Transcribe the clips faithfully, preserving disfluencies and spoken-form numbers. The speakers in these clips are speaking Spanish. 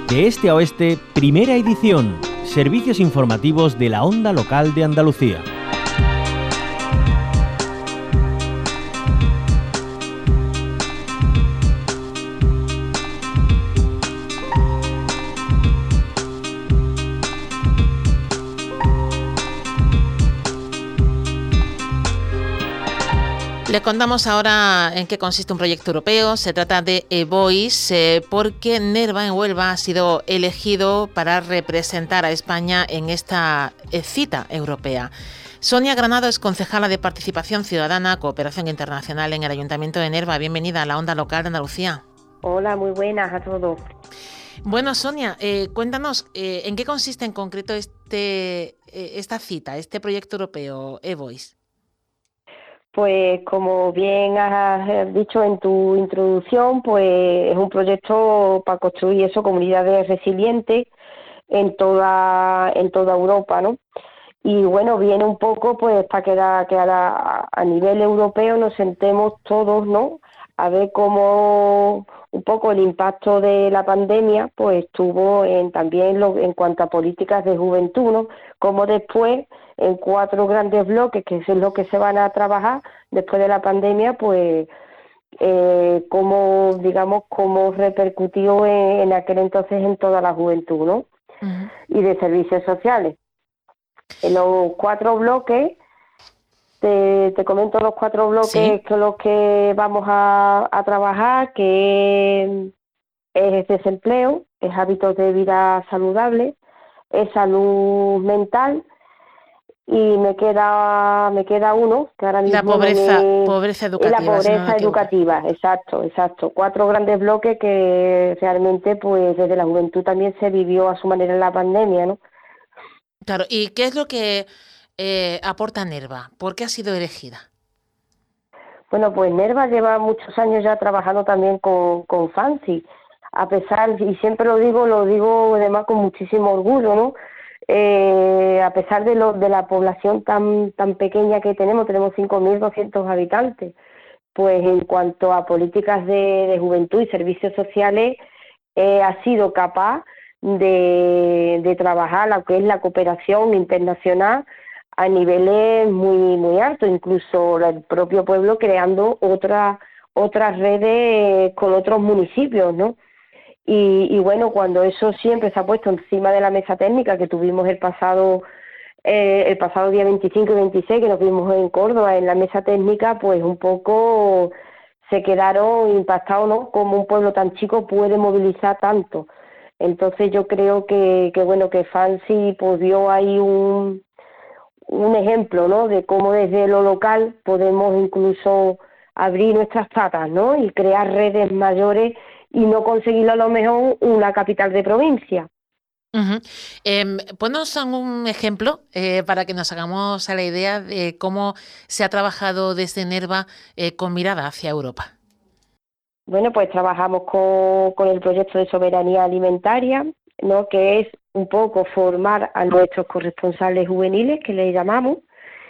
De este a oeste, primera edición. Servicios informativos de la Onda Local de Andalucía. Le contamos ahora en qué consiste un proyecto europeo. Se trata de eVoice, eh, porque Nerva en Huelva ha sido elegido para representar a España en esta eh, cita europea. Sonia Granado es concejala de Participación Ciudadana, Cooperación Internacional en el Ayuntamiento de Nerva. Bienvenida a la Onda Local de Andalucía. Hola, muy buenas a todos. Bueno, Sonia, eh, cuéntanos eh, en qué consiste en concreto este, eh, esta cita, este proyecto europeo eVoice. Pues como bien has dicho en tu introducción, pues es un proyecto para construir eso, comunidades resilientes en toda en toda Europa, ¿no? Y bueno, viene un poco pues para que, da, que a, la, a nivel europeo nos sentemos todos, ¿no? A ver cómo un poco el impacto de la pandemia pues tuvo en, también lo, en cuanto a políticas de juventud, ¿no? Como después en cuatro grandes bloques, que es lo que se van a trabajar después de la pandemia, pues eh, cómo, digamos, cómo repercutió en, en aquel entonces en toda la juventud, ¿no? Uh-huh. Y de servicios sociales. En los cuatro bloques, te, te comento los cuatro bloques ¿Sí? que los que vamos a, a trabajar, que es desempleo, es hábitos de vida saludable, es salud mental, y me queda me queda uno que ahora mismo la pobreza me... pobreza educativa, la pobreza si no educativa, exacto, exacto. Cuatro grandes bloques que realmente pues desde la juventud también se vivió a su manera en la pandemia, ¿no? Claro, ¿y qué es lo que eh, aporta Nerva? ¿Por qué ha sido elegida? Bueno, pues Nerva lleva muchos años ya trabajando también con, con Fancy, a pesar, y siempre lo digo, lo digo además con muchísimo orgullo, ¿no? Eh, a pesar de, lo, de la población tan tan pequeña que tenemos, tenemos cinco mil doscientos habitantes, pues en cuanto a políticas de, de juventud y servicios sociales, eh, ha sido capaz de, de trabajar lo que es la cooperación internacional a niveles muy muy altos, incluso el propio pueblo creando otras otras redes con otros municipios, ¿no? Y, y bueno, cuando eso siempre se ha puesto encima de la mesa técnica que tuvimos el pasado eh, el pasado día veinticinco y veintiséis, que nos vimos en Córdoba en la mesa técnica, pues un poco se quedaron impactados, ¿no? Cómo un pueblo tan chico puede movilizar tanto. Entonces yo creo que, que bueno, que Fancy pues dio ahí un, un ejemplo, ¿no? De cómo desde lo local podemos incluso abrir nuestras patas, ¿no? Y crear redes mayores y no conseguirlo a lo mejor una capital de provincia. Uh-huh. Eh, ponnos un ejemplo eh, para que nos hagamos a la idea de cómo se ha trabajado desde Nerva eh, con mirada hacia Europa. Bueno, pues trabajamos con, con el proyecto de soberanía alimentaria, ¿no? Que es un poco formar a nuestros corresponsales juveniles, que les llamamos,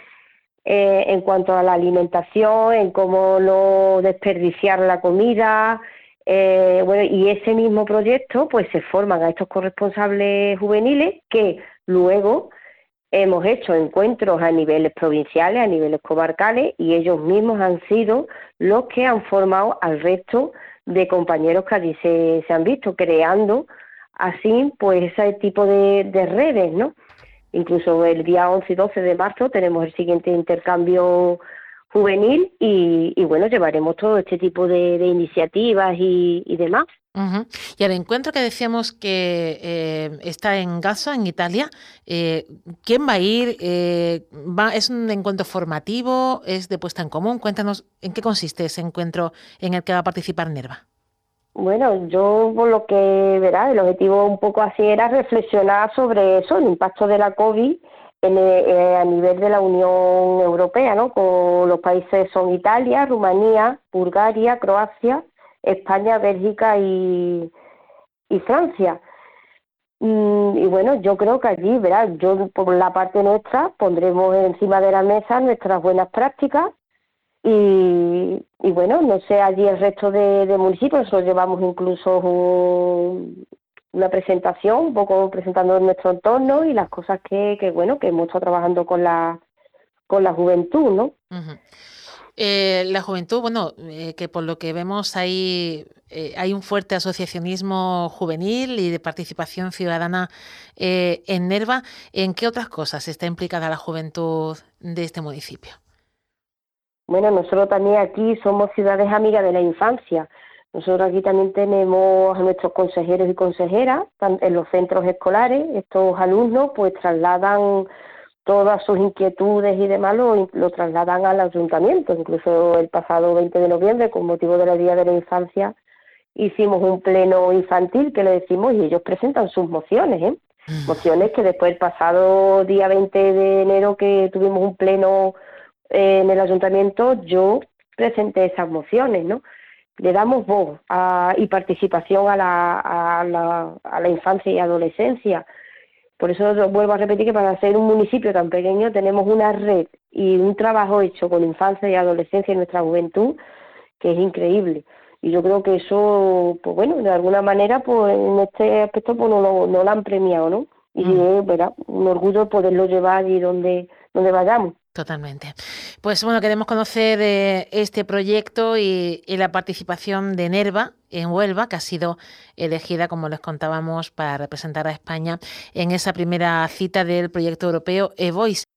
eh, en cuanto a la alimentación, en cómo no desperdiciar la comida. Eh, bueno, y ese mismo proyecto pues se forman a estos corresponsables juveniles que luego hemos hecho encuentros a niveles provinciales, a niveles comarcales, y ellos mismos han sido los que han formado al resto de compañeros que allí se, se han visto, creando así pues ese tipo de, de redes, ¿no? Incluso el día once y doce de marzo tenemos el siguiente intercambio juvenil y, y bueno, llevaremos todo este tipo de, de iniciativas y, y demás. Uh-huh. Y el encuentro que decíamos que eh, está en Gaza, en Italia, eh, ¿quién va a ir? Eh, va, ¿Es un encuentro formativo? ¿Es de puesta en común? Cuéntanos en qué consiste ese encuentro en el que va a participar Nerva. Bueno, yo por lo que verá, el objetivo un poco así era reflexionar sobre eso, el impacto de la COVID en, eh, a nivel de la Unión Europea, ¿no? Con los países son Italia, Rumanía, Bulgaria, Croacia, España, Bélgica y, y Francia. Mm, y bueno, yo creo que allí, verá, yo por la parte nuestra pondremos encima de la mesa nuestras buenas prácticas y, y bueno, no sé, allí el resto de, de municipios, nosotros llevamos incluso un, una presentación, un poco presentando nuestro entorno y las cosas que, que bueno, que hemos estado trabajando con la, con la juventud, ¿no? Uh-huh. Eh, la juventud, bueno, eh, que por lo que vemos hay, eh, hay un fuerte asociacionismo juvenil y de participación ciudadana eh, en Nerva. ¿En qué otras cosas está implicada la juventud de este municipio? Bueno, nosotros también aquí somos ciudades amigas de la infancia. Nosotros aquí también tenemos a nuestros consejeros y consejeras en los centros escolares. Estos alumnos pues trasladan todas sus inquietudes y demás lo, lo trasladan al ayuntamiento. Incluso el pasado veinte de noviembre, con motivo de la Día de la Infancia, hicimos un pleno infantil que le decimos y ellos presentan sus mociones, ¿eh? Mociones que después el pasado día veinte de enero que tuvimos un pleno eh, en el ayuntamiento, yo presenté esas mociones, ¿no? Le damos voz a, y participación a la, a, la, a la infancia y adolescencia. Por eso vuelvo a repetir que para ser un municipio tan pequeño tenemos una red y un trabajo hecho con infancia y adolescencia y nuestra juventud que es increíble. Y yo creo que eso, pues bueno, de alguna manera, pues en este aspecto pues no lo, no lo han premiado, ¿no? Y mm. es, ¿verdad? Un orgullo poderlo llevar allí donde, donde vayamos. Totalmente. Pues bueno, queremos conocer eh, este proyecto y, y la participación de Nerva en Huelva, que ha sido elegida, como les contábamos, para representar a España en esa primera cita del proyecto europeo eVoice.